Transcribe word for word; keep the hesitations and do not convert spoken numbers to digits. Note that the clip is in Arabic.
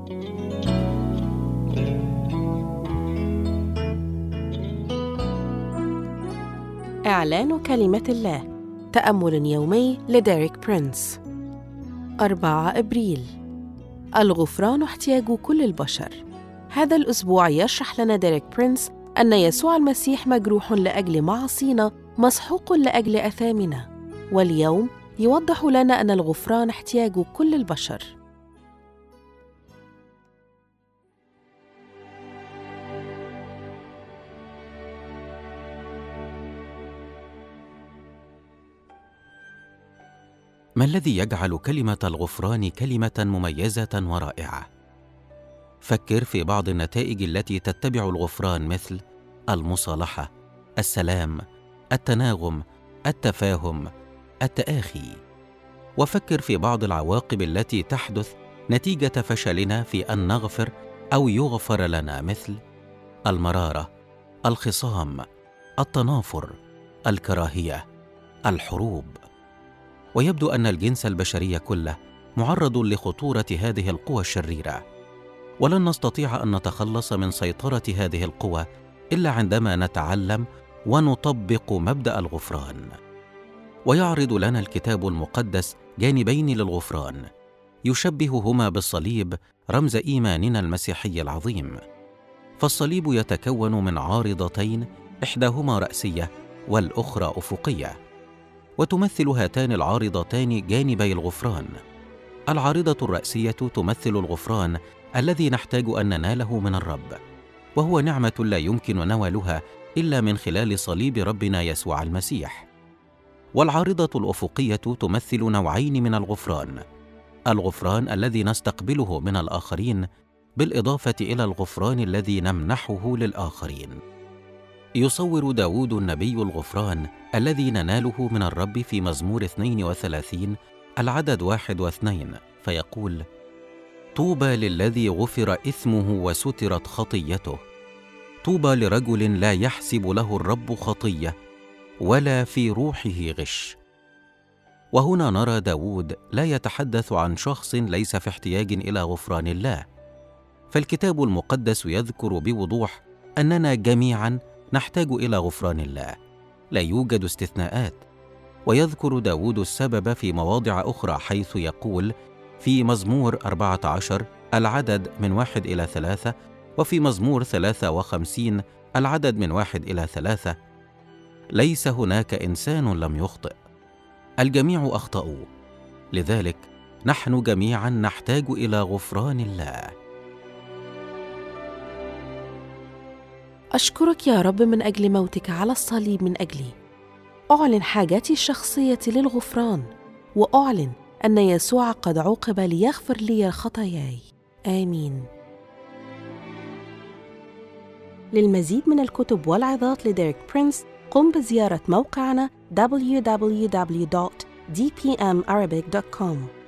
إعلان كلمة الله. تأمل يومي لديريك برينس. أربعة أبريل. الغفران احتياج كل البشر. هذا الأسبوع يشرح لنا ديريك برينس أن يسوع المسيح مجروح لأجل معاصينا، مسحوق لأجل أثامنا، واليوم يوضح لنا أن الغفران احتياج كل البشر. ما الذي يجعل كلمة الغفران كلمة مميزة ورائعة؟ فكر في بعض النتائج التي تتبع الغفران، مثل المصالحة، السلام، التناغم، التفاهم، التآخي. وفكر في بعض العواقب التي تحدث نتيجة فشلنا في أن نغفر أو يغفر لنا، مثل المرارة، الخصام، التنافر، الكراهية، الحروب. ويبدو أن الجنس البشري كله معرض لخطورة هذه القوى الشريرة، ولن نستطيع أن نتخلص من سيطرة هذه القوى إلا عندما نتعلم ونطبق مبدأ الغفران. ويعرض لنا الكتاب المقدس جانبين للغفران يشبههما بالصليب، رمز إيماننا المسيحي العظيم. فالصليب يتكون من عارضتين، إحداهما رأسية والأخرى أفقية، وتمثل هاتان العارضتان جانبي الغفران. العارضة الرأسية تمثل الغفران الذي نحتاج أن نناله من الرب، وهو نعمة لا يمكن نوالها إلا من خلال صليب ربنا يسوع المسيح. والعارضة الأفقية تمثل نوعين من الغفران: الغفران الذي نستقبله من الآخرين، بالإضافة إلى الغفران الذي نمنحه للآخرين. يصور داود النبي الغفران الذي نناله من الرب في مزمور اثنين وثلاثين العدد واحد واثنين، فيقول: طوبى للذي غفر إثمه وسترت خطيته، طوبى لرجل لا يحسب له الرب خطية ولا في روحه غش. وهنا نرى داود لا يتحدث عن شخص ليس في احتياج إلى غفران الله، فالكتاب المقدس يذكر بوضوح أننا جميعاً نحتاج إلى غفران الله، لا يوجد استثناءات. ويذكر داود السبب في مواضع أخرى، حيث يقول في مزمور أربعة عشر العدد من واحد إلى ثلاثة، وفي مزمور ثلاثة وخمسين العدد من واحد إلى ثلاثة: ليس هناك إنسان لم يخطئ، الجميع أخطأوا، لذلك نحن جميعا نحتاج إلى غفران الله. أشكرك يا رب من أجل موتك على الصليب من أجلي. أعلن حاجتي الشخصية للغفران، وأعلن أن يسوع قد عوقب ليغفر لي خطاياي. آمين. للمزيد من الكتب والعظات لديريك برينس، قم بزيارة موقعنا دبليو دبليو دبليو دوت دي بي إم أرابيك دوت كوم.